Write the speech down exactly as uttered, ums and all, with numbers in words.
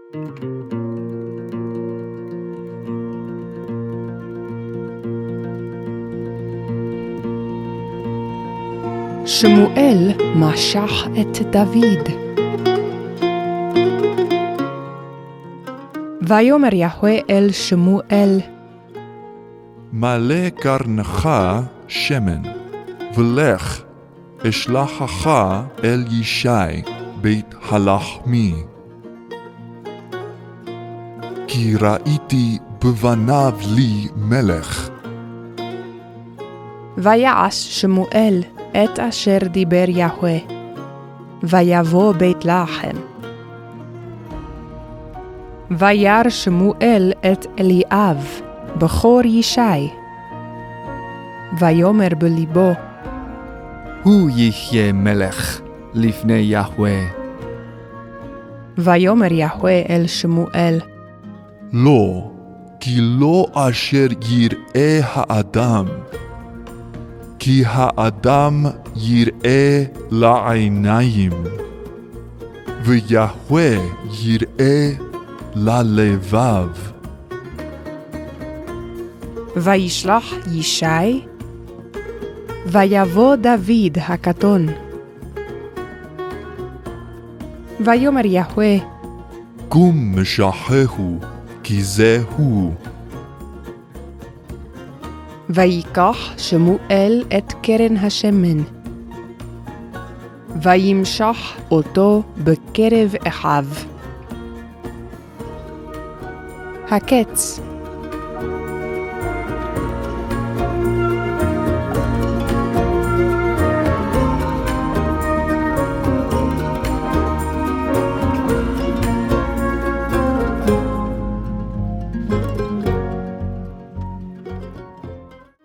שמואל משח את דוד. ויאמר יהוה אל שמואל, מלא קרנך שמן, ולך אשלחך אל ישי בית הלחמי. כי ראיתי בבניו לי מלך. ויעש שמואל את אשר דיבר יהוה, ויבוא בית לחם. וירא שמואל את אליאב, בכור ישי. ויאמר בליבו, הוא יחיה מלך לפני יהוה. ויאמר יהוה אל שמואל, לא, כי לא אשר יראה האדם, כי האדם יראה לעיניים, ויהוה יראה ללבב. וישלח ישי, ויבוא דוד הקטון. ויאמר יהוה, קום משחהו, כי זה הוא. ויקח שמואל את קרן השמן, וימשח אותו בקרב אחיו. הקץ.